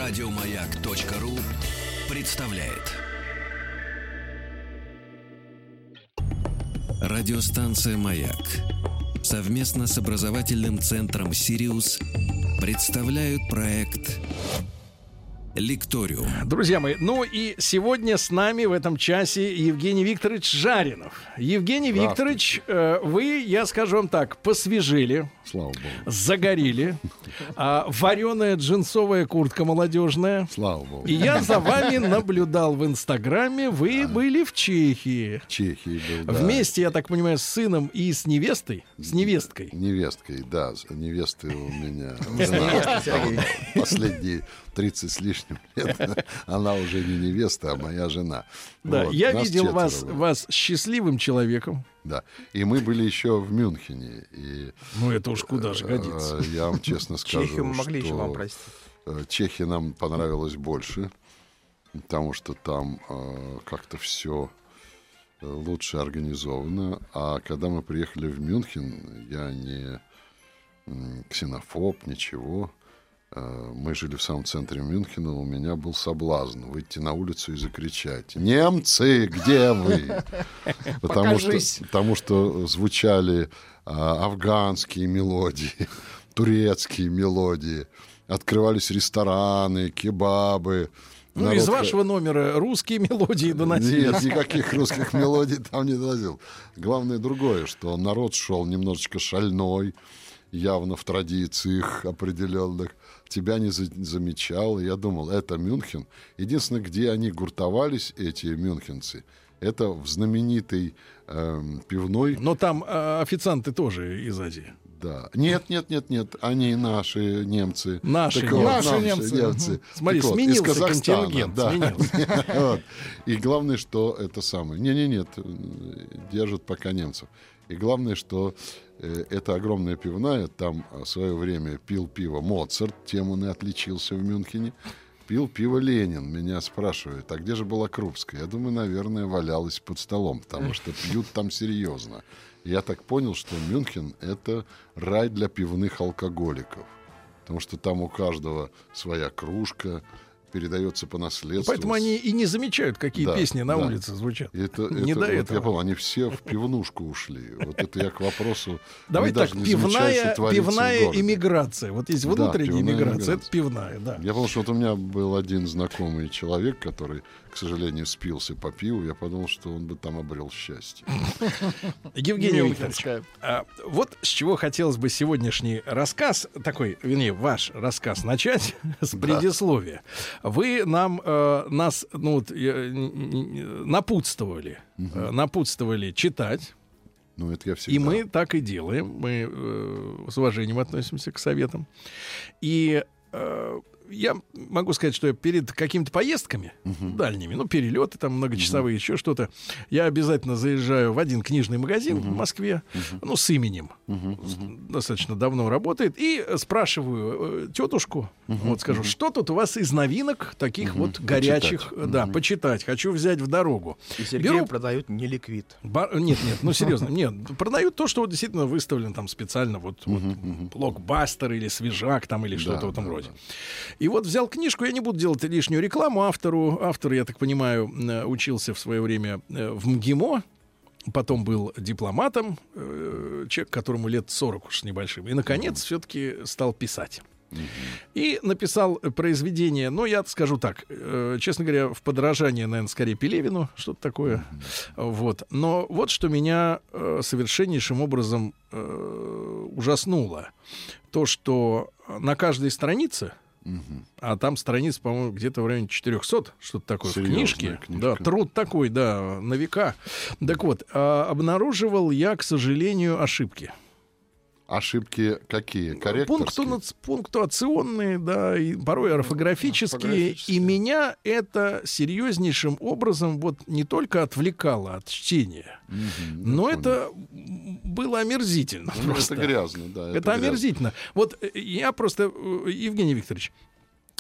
Радиомаяк.ру представляет. Радиостанция «Маяк» совместно с образовательным центром «Сириус» представляют проект «Лекториум». Друзья мои, ну и сегодня с нами в этом часе Евгений Викторович Жаринов. Евгений Викторович, вы, я скажу вам так, посвежели, слава богу, загорели, вареная джинсовая куртка молодежная. Слава богу. И я за вами наблюдал в Инстаграме, вы были в Чехии. В Чехии был, да. Вместе, я так понимаю, с сыном и с невестой, с невесткой. Невесткой, да, невесты у меня последние 30 с лишним лет. Она уже не невеста, а моя жена. Да, вот, я видел вас счастливым человеком. Да, и мы были еще в Мюнхене. И, ну, это уж куда же годится. Я вам честно скажу, Чехию мы могли еще вам простить. Чехия нам понравилась больше, потому что там как-то все лучше организовано. А когда мы приехали в Мюнхен, я не ксенофоб, ничего. Мы жили в самом центре Мюнхена, у меня был соблазн выйти на улицу и закричать: «Немцы, где вы?» Потому что звучали афганские мелодии, турецкие мелодии, открывались рестораны, кебабы. Ну, из вашего номера русские мелодии доносились. Нет, никаких русских мелодий там не доносил. Главное другое, что народ шел немножечко шальной, явно в традициях определенных. Тебя не замечал. Я думал, это Мюнхен. Единственное, где они гуртовались, эти мюнхенцы, это в знаменитой пивной. Но там официанты тоже из Азии. Да. Нет. Они наши немцы. Наши немцы. Смотри, так сменился вот, из Казахстана, контингент. Да. Сменился. Вот. И главное, что это самое. Нет, держат пока немцев. И главное, что это огромная пивная. Там в свое время пил пиво Моцарт, тем он и отличился в Мюнхене. Пил пиво Ленин. Меня спрашивают, а где же была Крупская? Я думаю, наверное, валялась под столом, потому что пьют там серьезно. Я так понял, что Мюнхен — это рай для пивных алкоголиков. Потому что там у каждого своя кружка, передается по наследству. Поэтому они и не замечают, какие песни на улице звучат. Не до этого. Я понял, они все в пивнушку ушли. Вот это я к вопросу. Давай так, пивная иммиграция. Вот есть внутренняя иммиграция, это пивная, да. Я помню, что вот у меня был один знакомый человек, который, к сожалению, спился по пиву. Я подумал, что он бы там обрел счастье. Евгений Викторович, вот с чего хотелось бы сегодняшний рассказ, такой, вернее, ваш рассказ начать с предисловия. Вы нас напутствовали читать. Ну, это я всегда. И мы так и делаем. Мы с уважением относимся к советам. И я могу сказать, что я перед какими-то поездками дальними, перелеты там многочасовые, еще что-то, я обязательно заезжаю в один книжный магазин в Москве, с именем, достаточно давно работает, и спрашиваю тетушку, скажу, что тут у вас из новинок таких вот горячих, почитать, хочу взять в дорогу. И Сергею продают не ликвид. Нет, серьезно, продают то, что вот действительно выставлено там специально, блокбастер или свежак там, или что-то в этом роде. И вот взял книжку, я не буду делать лишнюю рекламу автору. Автор, я так понимаю, учился в свое время в МГИМО, потом был дипломатом, человек, которому лет 40 уж небольшим. И, наконец, все-таки стал писать. И написал произведение, я скажу так, честно говоря, в подражание, наверное, скорее Пелевину, что-то такое. Но вот что меня совершеннейшим образом ужаснуло. То, что на каждой странице, а там страниц, по-моему, где-то в районе 400, что-то такое, в книжке. Да, труд такой, на века. Так вот, обнаруживал я, к сожалению, ошибки. Ошибки какие? Корректорские? Пунктуационные, да, и порой орфографические. И меня это серьезнейшим образом не только отвлекало от чтения, но это было омерзительно. Это грязно, да. Это омерзительно. Вот я просто, Евгений Викторович,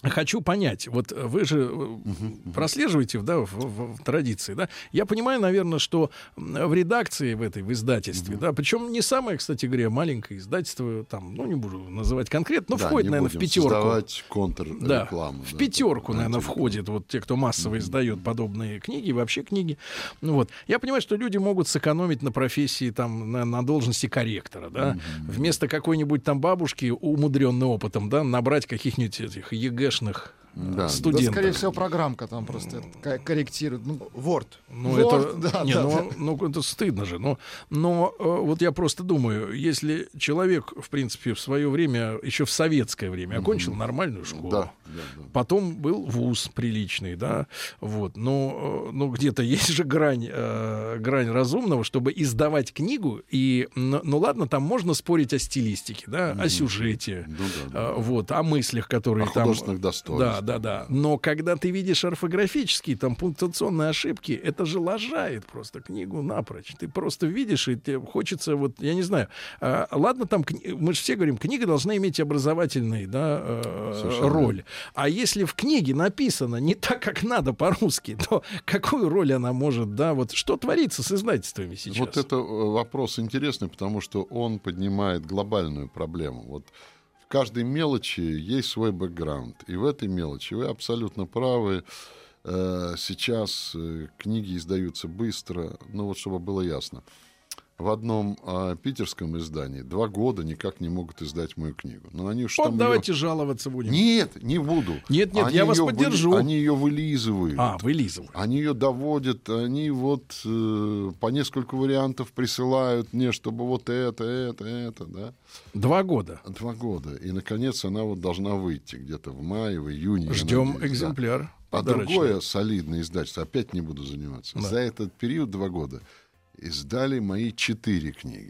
хочу понять, вот вы же прослеживаете, да, в традиции, да? Я понимаю, наверное, что в редакции в издательстве, да, причем не самое, кстати говоря, маленькое издательство, там, ну, не буду называть конкретно, но Да, входит, наверное, в пятерку. Создавать контррекламу. Да, в пятерку, наверное, входит вот те, кто массово издает подобные книги, вообще книги. Ну, вот. Я понимаю, что люди могут сэкономить на профессии, там, на должности корректора, да, вместо какой-нибудь там бабушки, умудренной опытом, да, набрать каких-нибудь этих ЕГЭшных студентов. Да, скорее всего, программка там просто корректирует. Ну, Word. Ну, Word, это, это стыдно же. Но вот я просто думаю, если человек, в принципе, в свое время, еще в советское время, окончил нормальную школу, потом был вуз приличный, да, вот, но где-то есть же грань разумного, чтобы издавать книгу, и, ну ладно, там можно спорить о стилистике, да, о сюжете, вот, о мыслях, которые там... художественных достоинствах. Да. Но когда ты видишь орфографические, там, пунктуационные ошибки, это же лажает просто книгу напрочь. Ты просто видишь, и тебе хочется, вот, я не знаю, ладно, там, мы же все говорим, книга должна иметь образовательный, да, роль. А если в книге написано не так, как надо по-русски, то какую роль она может, да, вот что творится с издательствами сейчас? Вот это вопрос интересный, потому что он поднимает глобальную проблему. Вот в каждой мелочи есть свой бэкграунд. И в этой мелочи вы абсолютно правы. Сейчас книги издаются быстро. Ну вот чтобы было ясно. В одном питерском издании 2 года никак не могут издать мою книгу. Но они уж вот там давайте жаловаться будем. Нет, не буду. Нет, я вас поддержу. Они ее вылизывают. Вылизывают. Они ее доводят, они вот по несколько вариантов присылают мне, чтобы вот это, да. 2 года. 2 года. И, наконец, она вот должна выйти где-то в мае, в июне. Ждем экземпляр. Да. А другое солидное издательство, опять не буду заниматься, за этот период 2 года издали мои 4 книги.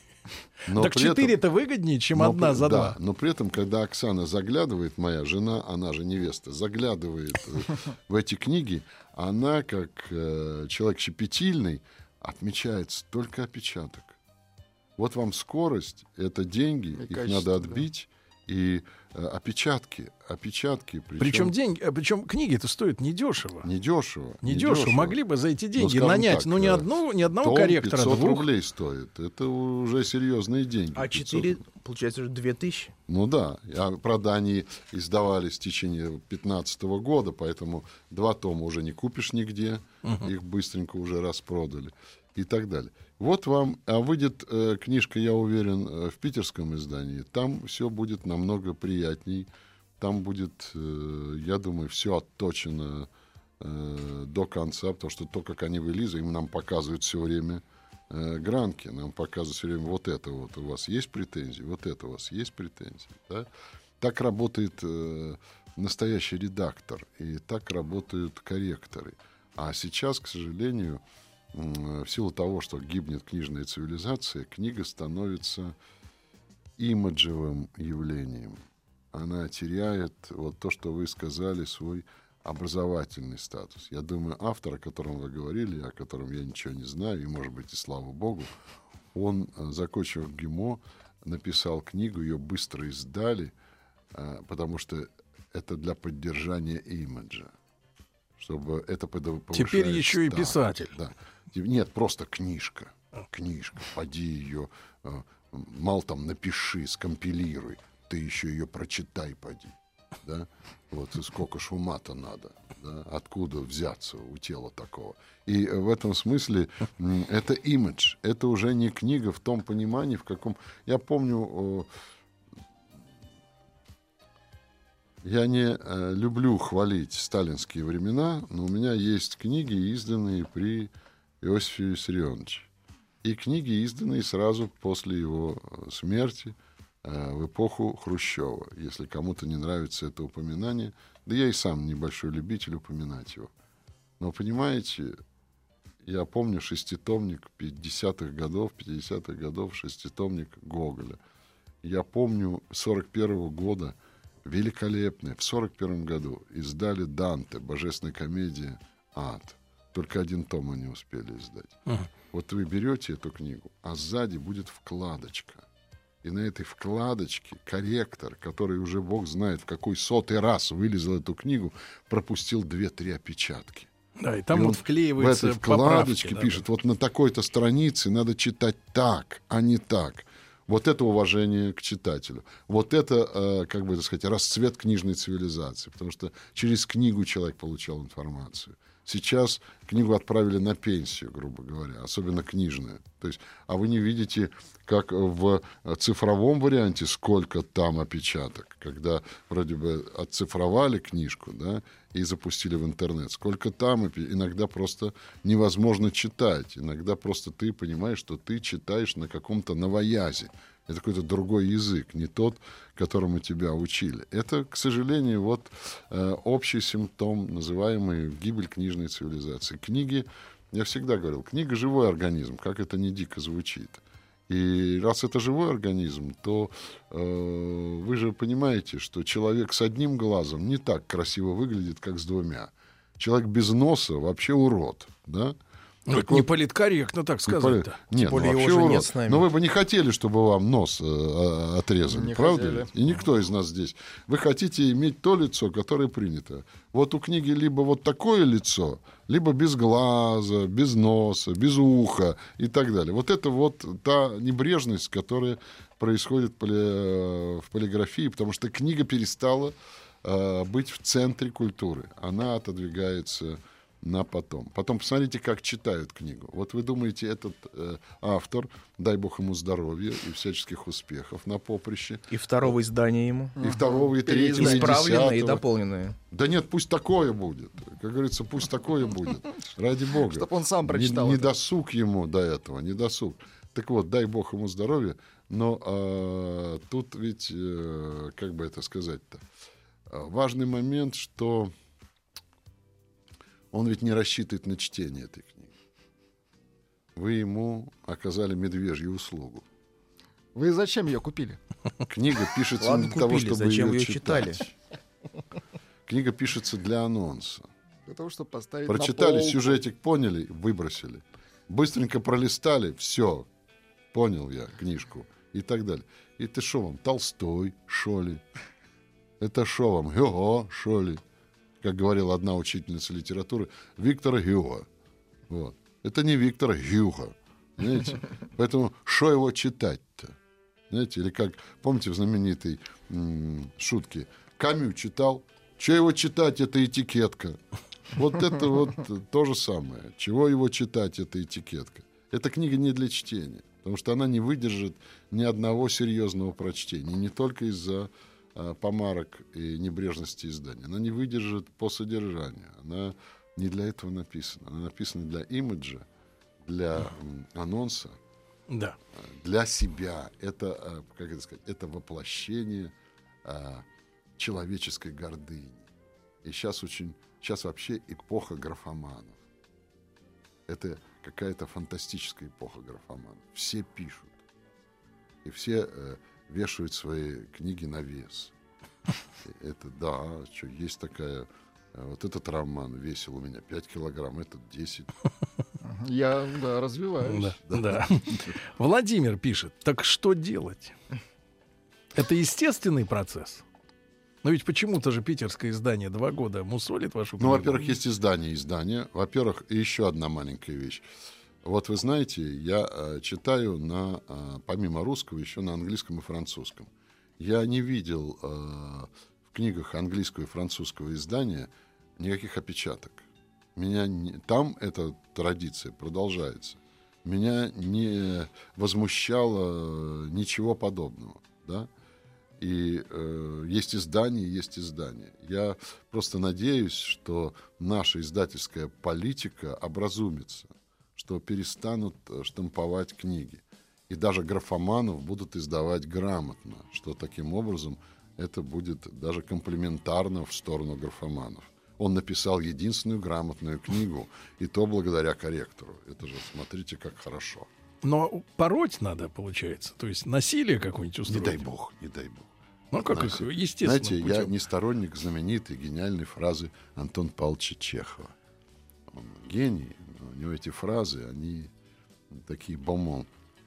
Но так 4 это выгоднее, чем одна за 2. Да, но при этом, когда Оксана заглядывает, моя жена, она же невеста, заглядывает в эти книги, она, как человек щепетильный, отмечает столько опечаток. Вот вам скорость, это деньги, их надо отбить. И опечатки. Причем книги это стоят недешево. Недешево. Могли бы за эти деньги нанять, так, ни одного корректора. 500 рублей стоит. Это уже серьезные деньги. А 4, получается, уже 2000. Ну да. Правда, они издавались в течение 2015 года, поэтому 2 тома уже не купишь нигде. Их быстренько уже распродали. И так далее. Вот вам, выйдет книжка, я уверен, в питерском издании. Там все будет намного приятней. Там будет, я думаю, все отточено до конца, потому что то, как они вылизывают, им нам показывают все время гранки, нам показывают все время вот это вот у вас есть претензии, вот это у вас есть претензии. Да? Так работает настоящий редактор, и так работают корректоры. А сейчас, к сожалению, в силу того, что гибнет книжная цивилизация, книга становится имиджевым явлением. Она теряет вот то, что вы сказали, свой образовательный статус. Я думаю, автор, о котором вы говорили, о котором я ничего не знаю, и, может быть, и слава богу, он, закончив ГИМО, написал книгу, ее быстро издали, потому что это для поддержания имиджа. Чтобы это повышает теперь еще статус. И писатель. Да. Нет, просто книжка. Поди ее, мало там напиши, скомпилируй. Ты еще ее прочитай, поди. Да? Вот и сколько ж ума-то надо. Да? Откуда взяться у тела такого? И в этом смысле это имидж. Это уже не книга в том понимании, в каком... Я помню... Я не люблю хвалить сталинские времена, но у меня есть книги, изданные при Иосифе Виссарионовиче. И книги, изданные сразу после его смерти, в эпоху Хрущева. Если кому-то не нравится это упоминание, да я и сам небольшой любитель упоминать его. Но, понимаете, я помню 6-томник 50-х годов 6-томник Гоголя. Я помню 41-го года великолепный. В 41 году издали Данте, божественная комедия «Ад». Только 1 том они успели издать. Вот вы берете эту книгу, а сзади будет вкладочка. И на этой вкладочке корректор, который уже бог знает в какой 100-й раз вылезал эту книгу, пропустил 2-3 опечатки. Да, и там И вот он вклеивается в этой вкладочке поправки, пишет, вот на такой-то странице надо читать так, а не так. Вот это уважение к читателю. Вот это, как бы так сказать, расцвет книжной цивилизации. Потому что через книгу человек получал информацию. Сейчас книгу отправили на пенсию, грубо говоря, особенно книжную. То есть, а вы не видите, как в цифровом варианте, сколько там опечаток, когда вроде бы отцифровали книжку, да, и запустили в интернет. Сколько там, иногда просто невозможно читать. Иногда просто ты понимаешь, что ты читаешь на каком-то новоязе. Это какой-то другой язык, не тот, которому тебя учили. Это, к сожалению, вот общий симптом, называемый гибель книжной цивилизации. Книги, я всегда говорил, книга — живой организм, как это ни дико звучит. И раз это живой организм, то вы же понимаете, что человек с одним глазом не так красиво выглядит, как с двумя. Человек без носа вообще урод, да? Ну, это не политкорректно так сказать-то. Нет, более, вообще его уже урод. нет с нами. Но вы бы не хотели, чтобы вам нос отрезали, Не правда? хотели. Ведь? И никто из нас здесь. Вы хотите иметь то лицо, которое принято. Вот у книги либо вот такое лицо, либо без глаза, без носа, без уха и так далее. Вот это вот та небрежность, которая происходит в полиграфии, потому что книга перестала быть в центре культуры. Она отодвигается на потом. Потом посмотрите, как читают книгу. Вот вы думаете, этот автор, дай бог ему здоровья и всяческих успехов на поприще. И второго издания ему. И второго, и третьего, и Исправленное и 10-го. дополненное. Да нет, пусть такое будет. Как говорится, пусть такое будет. Ради бога. Чтоб он сам прочитал Не это. досуг ему до этого, не досуг. Так вот, дай бог ему здоровья. Но тут ведь, как бы это сказать-то, важный момент, что он ведь не рассчитывает на чтение этой книги. Вы ему оказали медвежью услугу. Вы зачем ее купили? Книга пишется Ладно, не для того, купили, чтобы зачем ее ее читать. читали? Книга пишется для анонса. Для того, чтобы поставить Прочитали на полку. сюжетик, поняли, выбросили. Быстренько пролистали, все, понял я книжку и так далее. И ты шо вам, Толстой, шо ли? Это шо вам, Гюго, шо ли? Как говорила одна учительница литературы, Виктор Гюго. Вот. Это не Виктор Гюго. Знаете? Поэтому шо его читать-то? Знаете, или как, помните в знаменитой шутке, Камю читал, что его читать, это этикетка. Вот это вот то же самое. Чего его читать, это этикетка. Эта книга не для чтения, потому что она не выдержит ни одного серьезного прочтения, не только из-за помарок и небрежности издания. Она не выдержит по содержанию. Она не для этого написана. Она написана для имиджа, для анонса, Да. для себя. Это, как это сказать, это воплощение человеческой гордыни. И сейчас вообще эпоха графоманов. Это какая-то фантастическая эпоха графоманов. Все пишут. И все вешают свои книги на вес. Это, да, что, есть такая... Вот этот роман весил у меня 5 килограмм, этот 10. Я, развиваюсь. Да. Владимир пишет, так что делать? Это естественный процесс? Но ведь почему-то же питерское издание 2 года мусолит вашу книгу. Ну, во-первых, есть издание. Во-первых, и еще одна маленькая вещь. Вот вы знаете, я читаю помимо русского еще на английском и французском. Я не видел в книгах английского и французского издания никаких опечаток. Там эта традиция продолжается. Меня не возмущало ничего подобного. Да? И есть издание. Я просто надеюсь, что наша издательская политика образумится, что перестанут штамповать книги. И даже графоманов будут издавать грамотно, что таким образом это будет даже комплиментарно в сторону графоманов. Он написал единственную грамотную книгу, и то благодаря корректору. Это же, смотрите, как хорошо. Но пороть надо, получается. То есть насилие какое-нибудь устроить. Не дай бог, не дай бог. Ну, как их, естественно. Знаете, я не сторонник знаменитой, гениальной фразы Антона Павловича Чехова. Он гений, но у него эти фразы, они такие бомон.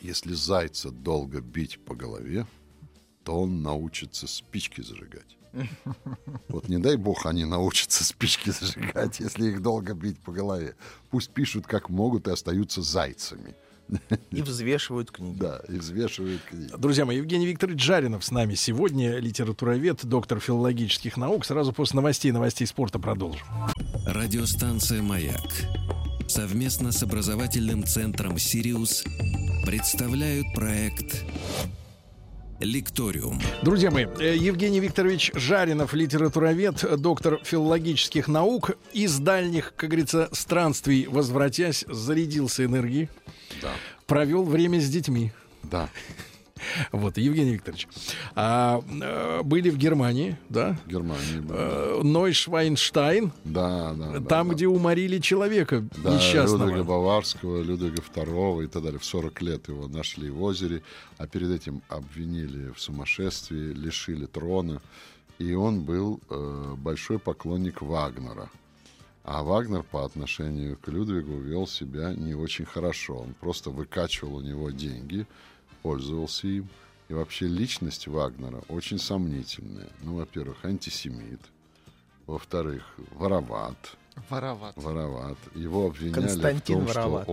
Если зайца долго бить по голове, то он научится спички зажигать. Вот не дай бог они научатся спички зажигать, если их долго бить по голове. Пусть пишут как могут и остаются зайцами. И взвешивают книги. Да, и взвешивают книги. Друзья мои, Евгений Викторович Жаринов с нами сегодня, литературовед, доктор филологических наук. Сразу после новостей спорта продолжим. Радиостанция «Маяк» совместно с образовательным центром «Сириус» представляют проект «Лекториум». Друзья мои, Евгений Викторович Жаринов, литературовед, доктор филологических наук. Из дальних, как говорится, странствий возвратясь, зарядился энергией. Да. Провел время с детьми. Да. Вот, Евгений Викторович, были в Германии, да? В Германии. Да. Нойшвайнштайн. Да. Там, где уморили человека несчастного. Людвига Баварского, Людвига II и так далее. В 40 лет его нашли в озере, а перед этим обвинили в сумасшествии, лишили трона. И он был большой поклонник Вагнера. А Вагнер по отношению к Людвигу вел себя не очень хорошо. Он просто выкачивал у него деньги, пользовался им. И вообще личность Вагнера очень сомнительная. Ну, во-первых, антисемит. Во-вторых, вороват. Его обвиняли в том,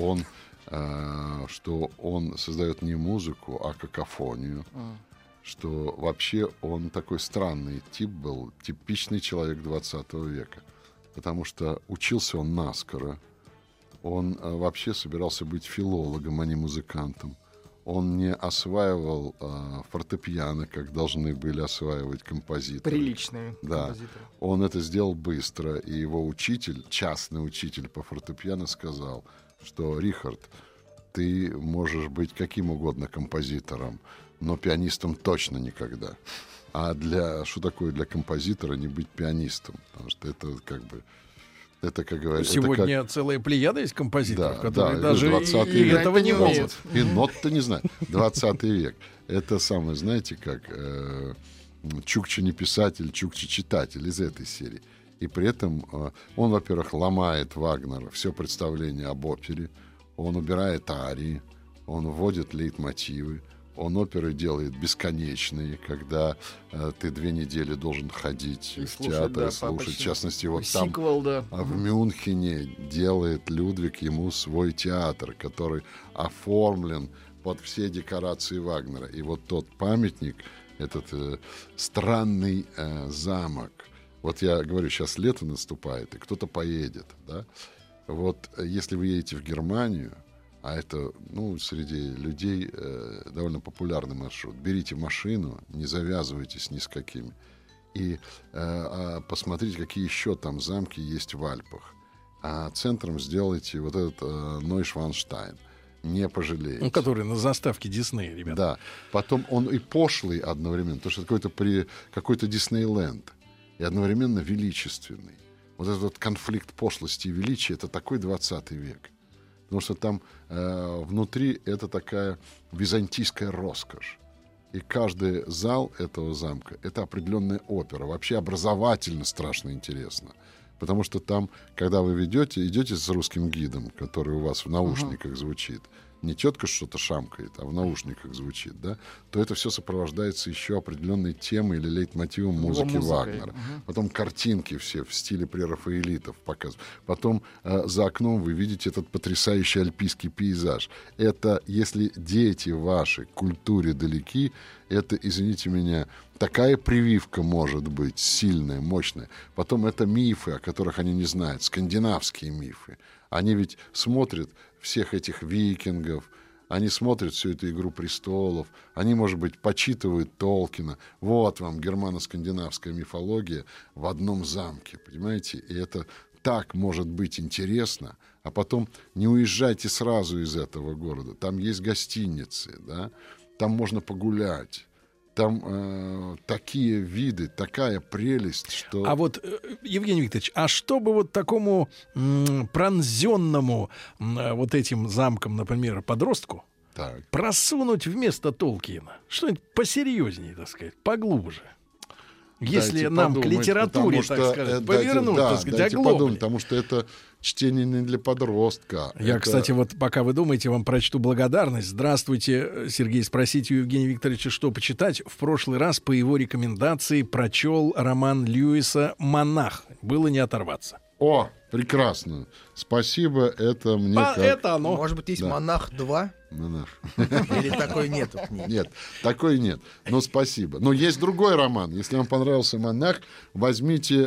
что он создает не музыку, а какофонию. Что вообще он такой странный тип был, типичный человек 20 века. Потому что учился он наскоро. Он вообще собирался быть филологом, а не музыкантом. Он не осваивал фортепиано, как должны были осваивать композиторы. Приличные композиторы. Он это сделал быстро. И его учитель, частный учитель по фортепиано, сказал, что «Рихард, ты можешь быть каким угодно композитором, но пианистом точно никогда». А что такое для композитора не быть пианистом? Потому что это как говорится... Сегодня целая плеяда есть композиторов, которые да, даже и этого не могут. И нот-то не знаю. 20 век. Это самое, знаете, как Чукча не писатель, Чукча читатель из этой серии. И при этом он, во-первых, ломает Вагнера все представление об опере, он убирает арии, он вводит лейтмотивы, он оперы делает бесконечные, когда ты 2 недели должен ходить в театр и слушать. В частности, вот сиквел, там в Мюнхене делает Людвиг ему свой театр, который оформлен под все декорации Вагнера. И вот тот памятник, этот странный замок. Вот я говорю, сейчас лето наступает, и кто-то поедет. Да? Вот если вы едете в Германию, а это, среди людей довольно популярный маршрут. Берите машину, не завязывайтесь ни с какими. И посмотрите, какие еще там замки есть в Альпах. А центром сделайте вот этот Нойшвайнштайн. Не пожалеете. Который на заставке Диснея, ребята. Да. Потом он и пошлый одновременно, потому что это какой-то Диснейленд. И одновременно величественный. Вот этот вот конфликт пошлости и величия — это такой 20 век. Потому что там внутри это такая византийская роскошь. И каждый зал этого замка — это определенная опера. Вообще образовательно страшно интересно. Потому что там, когда вы идете с русским гидом, который у вас в наушниках звучит, не тетка что-то шамкает, а в наушниках звучит, да, то это все сопровождается еще определенной темой или лейтмотивом музыки Вагнера. Потом картинки все в стиле прерафаэлитов показывают. Потом за окном вы видите этот потрясающий альпийский пейзаж. Это, если дети ваши к культуре далеки, это, извините меня, такая прививка может быть сильная, мощная. Потом это мифы, о которых они не знают, скандинавские мифы. Они ведь смотрят всех этих викингов, они смотрят всю эту «Игру престолов», они, может быть, почитывают Толкина. Вот вам германо-скандинавская мифология в одном замке, понимаете? И это так может быть интересно. А потом не уезжайте сразу из этого города. Там есть гостиницы, да? Там можно погулять. Там такие виды, такая прелесть, что... А вот, Евгений Викторович, а чтобы вот такому пронзенному вот этим замком, например, подростку просунуть вместо Толкина что-нибудь посерьезнее, так сказать, поглубже? Если дайте нам к подумать, литературе, потому так что, сказать, повернуть, так сказать, дайте оглобли. подумать, потому что это чтение не для подростка. Я, Это- кстати, вот пока вы думаете, вам прочту благодарность. Здравствуйте, Сергей, спросите у Евгения Викторовича, что почитать. В прошлый раз по его рекомендации прочел роман Льюиса «Монах». Было не оторваться. О, прекрасно. Спасибо, это мне как... Это оно. Может быть, есть Да. «Монах 2»? Монах. Или такой нету книги? Нет, такой нет. Но спасибо. Но есть другой роман. Если вам понравился «Монах», возьмите,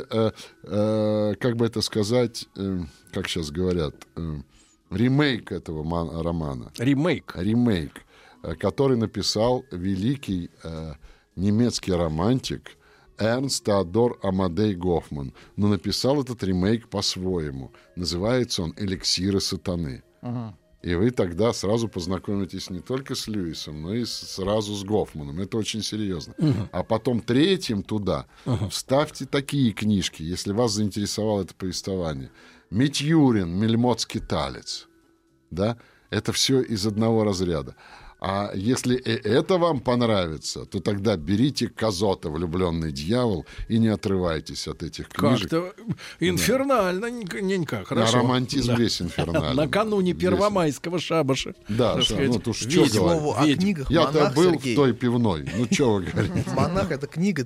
как бы это сказать, как сейчас говорят, ремейк этого романа. Ремейк. Который написал великий немецкий романтик Эрнст Теодор Амадей Гофман. Но написал этот ремейк по-своему. Называется он «Эликсиры сатаны». И вы тогда сразу познакомитесь не только с Льюисом, но и сразу с Гофманом. Это очень серьезно. А потом третьим туда вставьте такие книжки, если вас заинтересовало это повествование. Митюрин, Мельмотский талец. Да? Это все из одного разряда. А если это вам понравится, то тогда берите Казота, «Влюбленный дьявол», и не отрывайтесь от этих книжек. Как-то инфернально, Ненька, хорошо. А романтизм Да. весь инфернальный. Накануне Весь. Первомайского шабаша. Да, так сказать, ну, уж что видимо. говорить. Слову о Ведьм. книгах Я-то «Монах», был Сергей. в той пивной. Ну, что вы говорите? «Монах» — это книга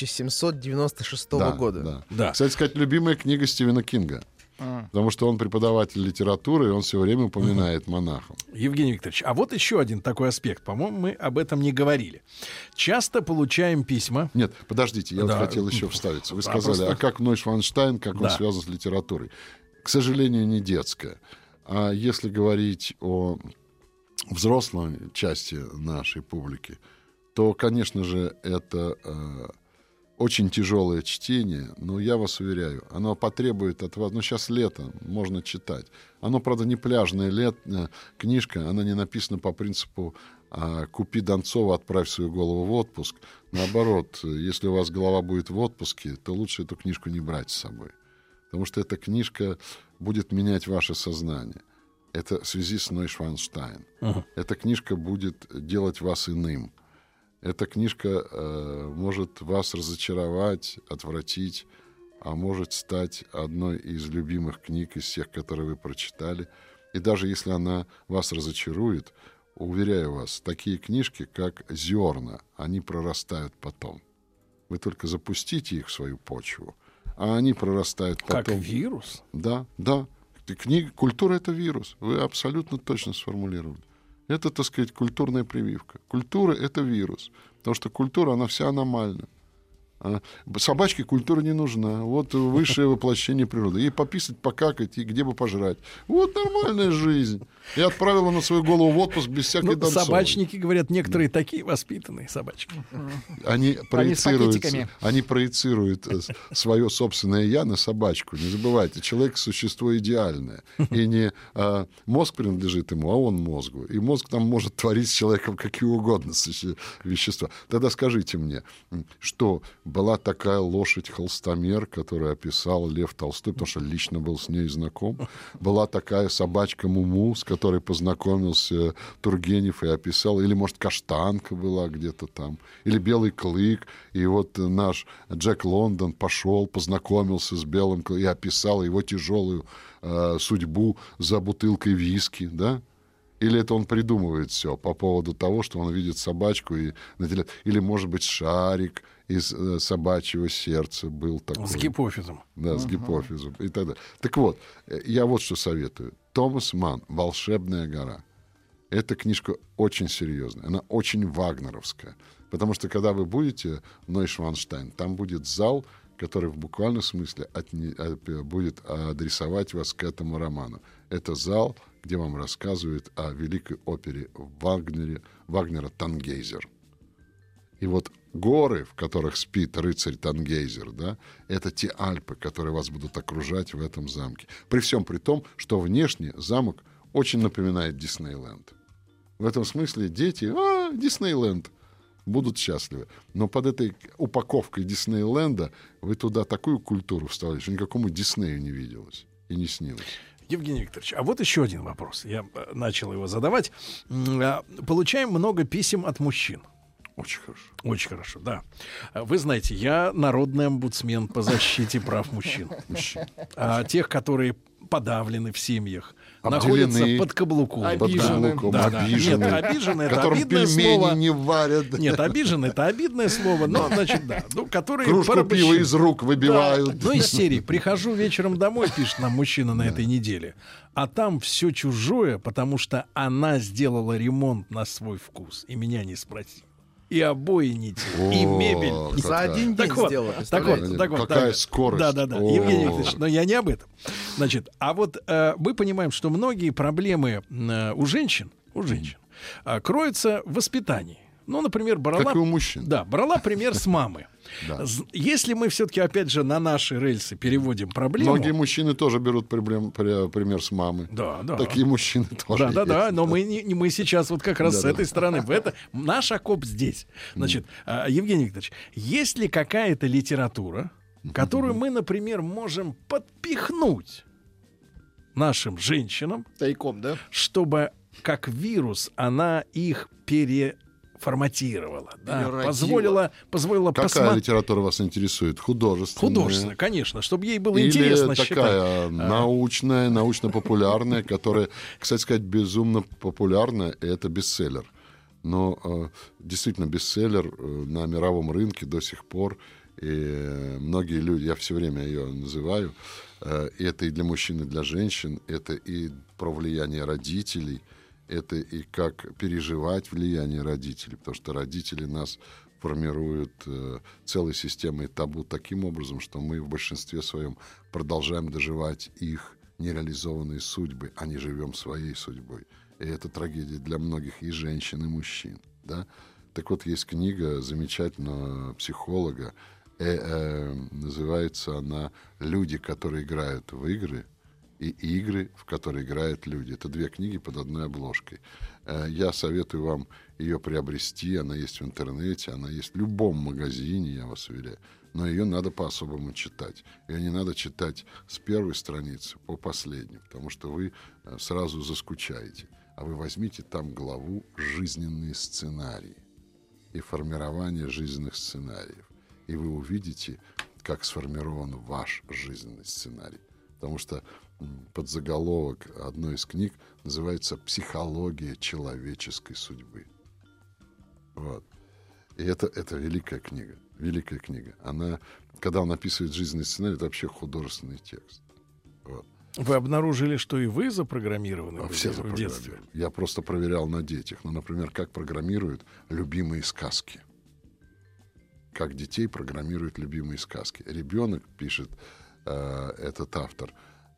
1796 года. Да. Да. Кстати сказать, любимая книга Стивена Кинга. Потому что он преподаватель литературы, и он все время упоминает монахов. Евгений Викторович, а вот еще один такой аспект. По-моему, мы об этом не говорили. Часто получаем письма. Нет, подождите, я Да. вот хотел еще вставиться. Вы Да, сказали, просто- а как Нойшванштайн, как он Да. связан с литературой? К сожалению, не детская. А если говорить о взрослой части нашей публики, то, конечно же, это очень тяжелое чтение, но я вас уверяю, оно потребует от вас... Ну, сейчас лето, можно читать. Оно, правда, не пляжная книжка, она не написана по принципу «купи Донцова, отправь свою голову в отпуск». Наоборот, если у вас голова будет в отпуске, то лучше эту книжку не брать с собой. Потому что эта книжка будет менять ваше сознание. Это в связи с Нойшванштайн. Эта книжка будет делать вас иным. Эта книжка может вас разочаровать, отвратить, а может стать одной из любимых книг из всех, которые вы прочитали. И даже если она вас разочарует, уверяю вас, такие книжки, как зерна, они прорастают потом. Вы только запустите их в свою почву, а они прорастают потом. Как вирус? Да. Культура — это вирус. Вы абсолютно точно сформулировали. Это, так сказать, культурная прививка. Культура — это вирус. Потому что культура, она вся аномальна. Собачке культура не нужна. Вот высшее воплощение природы. Ей пописать, покакать и где бы пожрать. Вот нормальная жизнь. И отправила на свою голову в отпуск без всякой Донцовой. Собачники, говорят, некоторые такие воспитанные собачки. Они с пакетиками. проецируют свое собственное «я» на собачку. Не забывайте, человек — существо идеальное. И не мозг принадлежит ему, а он мозгу. И мозг там может творить с человеком какие угодно вещества. Тогда скажите мне, что была такая лошадь-холстомер, которую описал Лев Толстой, потому что лично был с ней знаком. Была такая собачка Муму, с которой познакомился Тургенев и описал. Или, может, каштанка была где-то там. Или белый клык. И вот наш Джек Лондон пошел, познакомился с белым клыком и описал его тяжелую судьбу за бутылкой виски, да? Или это он придумывает все по поводу того, что он видит собачку и или, может быть, шарик из собачьего сердца был такой. С гипофизом. Да, с гипофизом и так далее. Так вот, я вот что советую. Томас Манн «Волшебная гора». Эта книжка очень серьезная, она очень вагнеровская. Потому что, когда вы будете в Нойшванштайн, там будет зал, который в буквальном смысле будет адресовать вас к этому роману. Это зал, где вам рассказывают о великой опере Вагнера «Тангейзер». И вот горы, в которых спит рыцарь Тангейзер, да, это те Альпы, которые вас будут окружать в этом замке. При всем при том, что внешне замок очень напоминает Диснейленд. В этом смысле дети, Диснейленд, будут счастливы. Но под этой упаковкой Диснейленда вы туда такую культуру вставили, что никакому Диснею не виделось и не снилось. Евгений Викторович, а вот еще один вопрос. Я начал его задавать. Получаем много писем от мужчин. Очень хорошо. Очень хорошо, да. Вы знаете, я народный омбудсмен по защите прав мужчин. Тех, которые подавлены в семьях, находятся под каблуком. Обижены. Обижены. Нет, обижены — это которым обидное пельмени слово. не варят. Нет, обижены — это обидное слово, но, значит, да. Ну, которые Кружку пива из рук выбивают. Ну, из серии. Прихожу вечером домой, пишет нам мужчина на этой неделе, а там все чужое, потому что она сделала ремонт на свой вкус, и меня не спросила. И обои не те, и мебель. За один день сделала. Какая скорость. Да. Евгений Викторович, но я не об этом. Значит, а вот мы понимаем, что многие проблемы у женщин кроются в воспитании. Ну, например, Как и у мужчин. Да, брала пример с мамы. Да. Если мы все-таки, опять же, на наши рельсы переводим проблему... Многие мужчины тоже берут пример с мамы. Да. Такие мужчины тоже есть. Да, но мы сейчас вот как раз с этой стороны. Наш окоп здесь. Значит, Евгений Викторович, есть ли какая-то литература, которую мы, например, можем подпихнуть нашим женщинам, Тайком, да? чтобы как вирус она их переформатировала, да, позволила Какая посмотреть. литература вас интересует? Художественная? Художественная, конечно, чтобы ей было Или интересно такая читать. научная, научно-популярная, которая, кстати сказать, безумно популярна, и это бестселлер. Но действительно бестселлер на мировом рынке до сих пор. И многие люди, я все время ее называю, это и для мужчин, и для женщин, это и про влияние родителей, это и как переживать влияние родителей, потому что родители нас формируют целой системой табу таким образом, что мы в большинстве своем продолжаем доживать их нереализованные судьбы, а не живем своей судьбой. И это трагедия для многих и женщин, и мужчин. Да? Так вот, есть книга замечательного психолога, называется она «Люди, которые играют в игры», и «Игры, в которые играют люди». Это 2 книги под одной обложкой. Я советую вам ее приобрести. Она есть в интернете, она есть в любом магазине, я вас уверяю. Но ее надо по-особому читать. Ее не надо читать с первой страницы по последнюю, потому что вы сразу заскучаете. А вы возьмите там главу «Жизненные сценарии» и формирование жизненных сценариев. И вы увидите, как сформирован ваш жизненный сценарий. Потому что подзаголовок одной из книг называется «Психология человеческой судьбы». Вот. И это великая книга. Великая книга. Она, когда он описывает жизненный сценарий, это вообще художественный текст. Вот. Вы обнаружили, что и вы запрограммированы Все в детстве? Я просто проверял на детях. Ну, например, как программируют любимые сказки. Как детей программируют любимые сказки. Ребенок, пишет этот автор,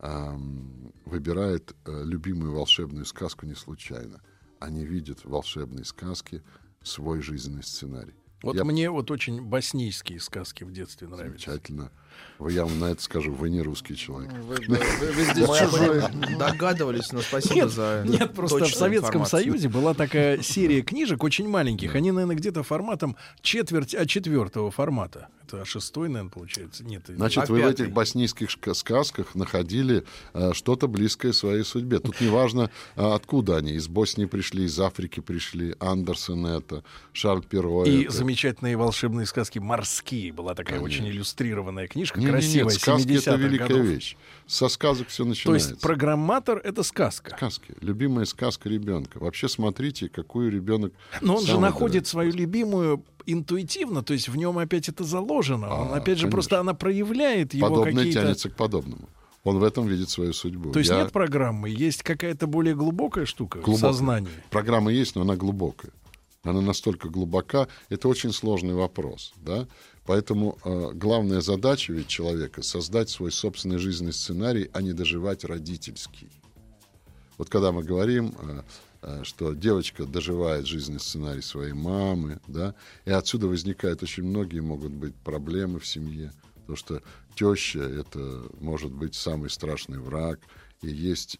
выбирает любимую волшебную сказку не случайно. Они видят в волшебной сказке свой жизненный сценарий. Вот мне очень боснийские сказки в детстве нравились. Замечательно. Я вам на это скажу, вы не русский человек. Вы здесь чужой. Догадывались, но спасибо за Нет, просто в Советском Союзе была такая серия книжек очень маленьких. Они, наверное, где-то форматом четверть А4 формата. Это А6, наверное, получается. Нет, Значит, вы в этих боснийских сказках находили что-то близкое своей судьбе. Тут не важно, откуда они. Из Боснии пришли, из Африки пришли. Андерсен это, Шарль Перро и это. замечательные волшебные сказки «Морские». Была такая очень иллюстрированная книжка, Нет, красивая, сказки — это 70-х великая годов. вещь. Со сказок все То начинается. есть программатор — это сказка. Сказки. Любимая сказка ребенка. Вообще смотрите, какую ребенок... Но он же находит свою любимую интуитивно, то есть в нем опять это заложено. Он опять же конечно. просто она проявляет его Подобное какие-то... тянется к подобному. Он в этом видит свою судьбу. То есть нет программы, есть какая-то более глубокая штука в сознании. Программа есть, но она глубокая. Она настолько глубока, это очень сложный вопрос. Да? Поэтому главная задача ведь человека — создать свой собственный жизненный сценарий, а не доживать родительский. Вот когда мы говорим, что девочка доживает жизненный сценарий своей мамы, да, и отсюда возникают очень многие могут быть проблемы в семье, потому что теща — это может быть самый страшный враг. И есть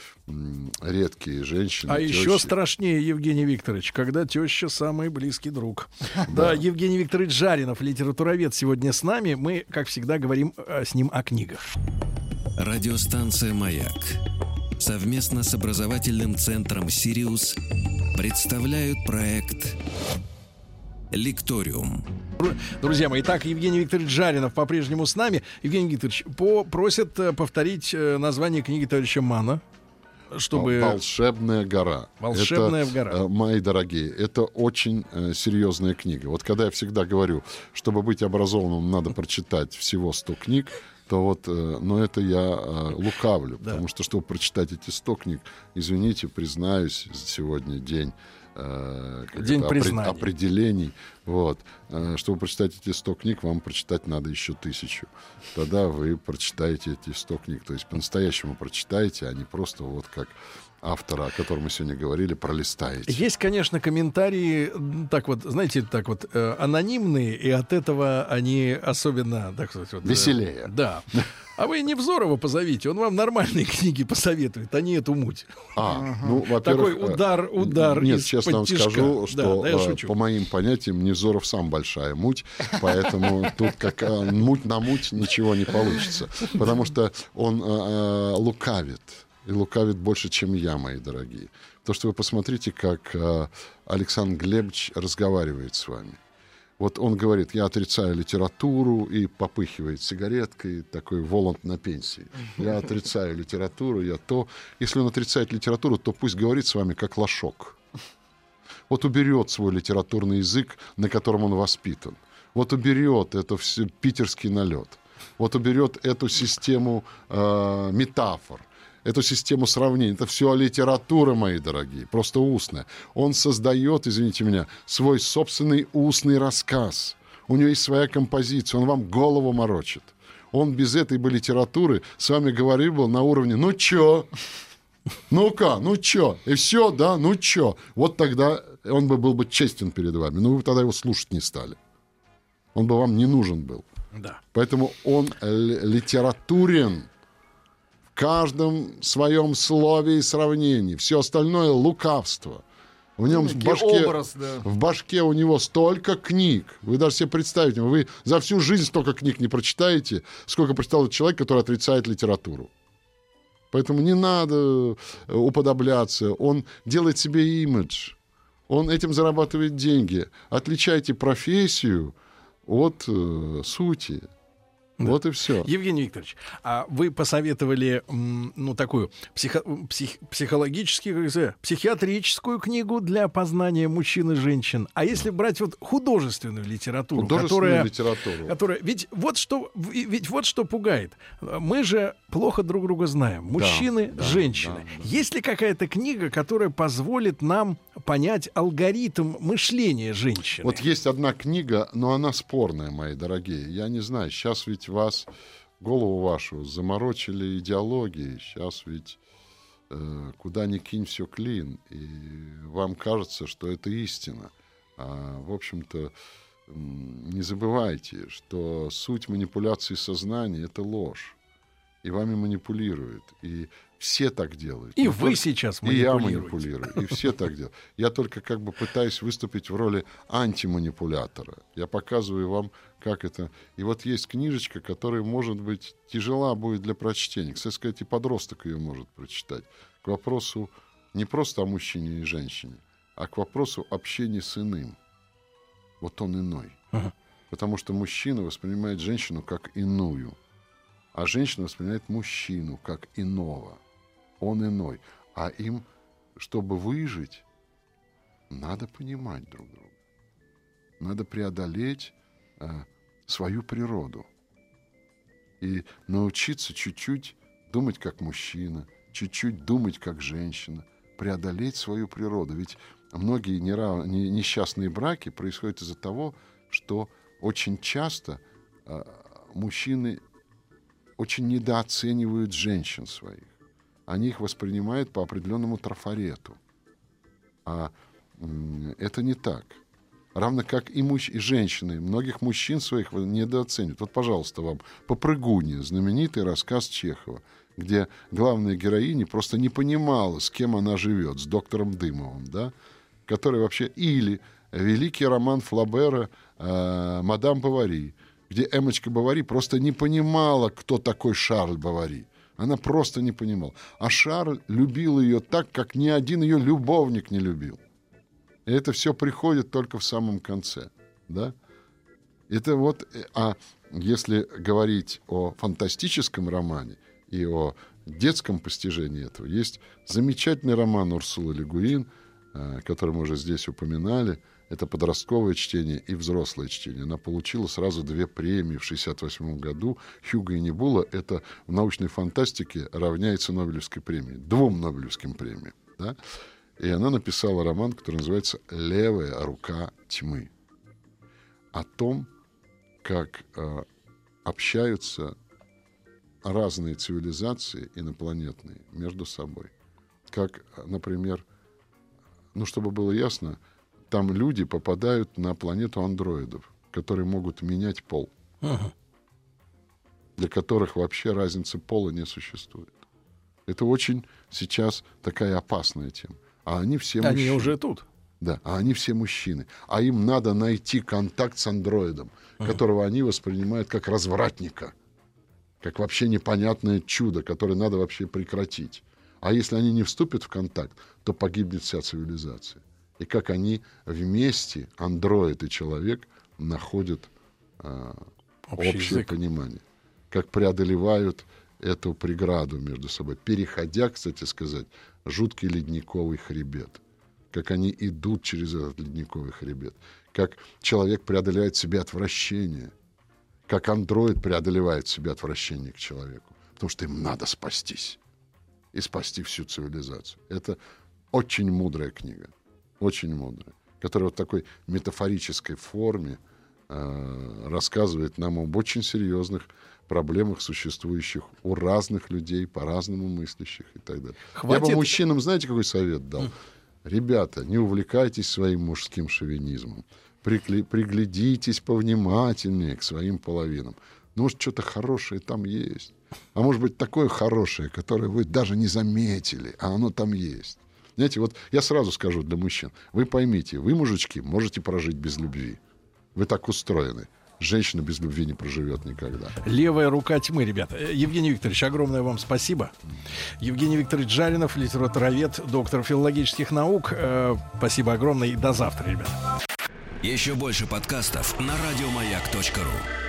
редкие женщины. А еще страшнее, Евгений Викторович, когда теща самый близкий друг. Да, Евгений Викторович Жаринов, литературовед, сегодня с нами. Мы, как всегда, говорим с ним о книгах. Радиостанция «Маяк» совместно с образовательным центром «Сириус» представляют проект Лекториум. Друзья мои, итак, Евгений Викторович Жаринов по-прежнему с нами. Евгений Викторович, просят повторить название книги товарища Манна, чтобы... «Волшебная гора». «Волшебная гора». Мои дорогие, это очень серьезная книга. Вот когда я всегда говорю, чтобы быть образованным, надо прочитать всего 100 книг, то вот, но это я лукавлю, Да. потому что, чтобы прочитать эти 100 книг, извините, признаюсь, сегодня день признаний. определений. Вот. Чтобы прочитать эти 100 книг, вам прочитать надо еще 1000. Тогда вы прочитаете эти 100 книг. То есть по-настоящему прочитаете, а не просто вот как автора, о котором мы сегодня говорили, пролистаете. Есть, конечно, комментарии, так вот, знаете, так вот, анонимные, и от этого они особенно, так сказать, вот, Веселее. Да. А вы Невзорова позовите, он вам нормальные книги посоветует, а не эту муть. Ну, во-первых, Такой удар Нет, из-под честно вам тишка. скажу, что Да, я шучу. по моим понятиям Невзоров сам большая муть, поэтому тут как муть на муть ничего не получится. Потому что он лукавит. И лукавит больше, чем я, мои дорогие. То, что вы посмотрите, как Александр Глебович разговаривает с вами. Вот он говорит, я отрицаю литературу, и попыхивает сигареткой, такой Воланд на пенсии. Я отрицаю литературу, я то. Если он отрицает литературу, то пусть говорит с вами как лошок. Вот уберет свой литературный язык, на котором он воспитан. Вот уберет это все, питерский налет. Вот уберет эту систему метафор. Эту систему сравнений. Это все литература, мои дорогие, просто устная. Он создает, извините меня, свой собственный устный рассказ. У него есть своя композиция, он вам голову морочит. Он без этой бы литературы с вами говорил бы на уровне «ну чё?», «ну-ка, ну чё?» И все, да, ну чё? Вот тогда он бы был бы честен перед вами, но вы бы тогда его слушать не стали. Он бы вам не нужен был. Да. Поэтому он литературен в каждом своем слове и сравнении. Все остальное — лукавство. В нем в башке у него столько книг. Вы даже себе представите, вы за всю жизнь столько книг не прочитаете, сколько прочитал человек, который отрицает литературу. Поэтому не надо уподобляться. Он делает себе имидж. Он этим зарабатывает деньги. Отличайте профессию от сути. Да. Вот и все. Евгений Викторович, а вы посоветовали такую психиатрическую книгу для познания мужчин и женщин. А если брать вот художественную литературу, которая ведь вот что пугает. Мы же плохо друг друга знаем. Мужчины, женщины. Да. Есть ли какая-то книга, которая позволит нам понять алгоритм мышления женщины? Вот есть одна книга, но она спорная, мои дорогие. Я не знаю, сейчас ведь вас, голову вашу, заморочили идеологией. Сейчас ведь куда ни кинь, все клин. И вам кажется, что это истина. А, в общем-то, не забывайте, что суть манипуляции сознания — это ложь. И вами манипулируют. И все так делают. И вы сейчас манипулируете. И я манипулирую. И все так делают. Я только как бы пытаюсь выступить в роли антиманипулятора. Я показываю вам, как это... И вот есть книжечка, которая, может быть, тяжела будет для прочтения. Кстати сказать, и подросток ее может прочитать. К вопросу не просто о мужчине и женщине, а к вопросу общения с иным. Вот он иной. Ага. Потому что мужчина воспринимает женщину как иную. А женщина воспринимает мужчину как иного. Он иной. А им, чтобы выжить, надо понимать друг друга. Надо преодолеть свою природу. И научиться чуть-чуть думать как мужчина, чуть-чуть думать как женщина. Преодолеть свою природу. Ведь многие несчастные браки происходят из-за того, что очень часто мужчины очень недооценивают женщин своих. Они их воспринимают по определенному трафарету. А это не так. Равно как и женщины. Многих мужчин своих недооценивают. Вот, пожалуйста, вам «Попрыгунья», знаменитый рассказ Чехова, где главная героиня просто не понимала, с кем она живет, с доктором Дымовым, да? Который вообще... Или великий роман Флабера «Мадам Бовари», где Эммочка Бовари просто не понимала, кто такой Шарль Бовари. Она просто не понимала. А Шарль любил ее так, как ни один ее любовник не любил. И это все приходит только в самом конце. Да? Это вот, а если говорить о фантастическом романе и о детском постижении этого, есть замечательный роман Урсулы Ле Гуин, который мы уже здесь упоминали. Это подростковое чтение и взрослое чтение. Она получила сразу 2 премии в 1968 году. «Хьюго и Небула» — это в научной фантастике равняется Нобелевской премии. 2 Нобелевским премиям. Да? И она написала роман, который называется «Левая рука тьмы». О том, как общаются разные цивилизации инопланетные между собой. Как, например, чтобы было ясно, там люди попадают на планету андроидов, которые могут менять пол. Для которых вообще разницы пола не существует. Это очень сейчас такая опасная тема. А они все мужчины. Они уже тут. Да, а они все мужчины. А им надо найти контакт с андроидом, которого они воспринимают как развратника, как вообще непонятное чудо, которое надо вообще прекратить. А если они не вступят в контакт, то погибнет вся цивилизация. И как они вместе, андроид и человек, находят общее понимание. Как преодолевают эту преграду между собой, переходя, кстати сказать, жуткий ледниковый хребет. Как они идут через этот ледниковый хребет. Как человек преодолевает в себе отвращение. Как андроид преодолевает в себе отвращение к человеку. Потому что им надо спастись. И спасти всю цивилизацию. Это очень мудрая книга. Очень мудрая. Которая в такой метафорической форме рассказывает нам об очень серьезных проблемах, существующих у разных людей, по-разному мыслящих и так далее. Я бы мужчинам, знаете, какой совет дал? Ребята, не увлекайтесь своим мужским шовинизмом. Приглядитесь повнимательнее к своим половинам. Может, что-то хорошее там есть. А может быть, такое хорошее, которое вы даже не заметили, а оно там есть. Знаете, вот я сразу скажу для мужчин. Вы поймите, вы, мужички, можете прожить без любви. Вы так устроены. Женщина без любви не проживет никогда. Левая рука тьмы, ребята. Евгений Викторович, огромное вам спасибо. Евгений Викторович Джаринов, литературовед, доктор филологических наук. Спасибо огромное и до завтра, ребята. Еще больше подкастов на радиомаяк.ру.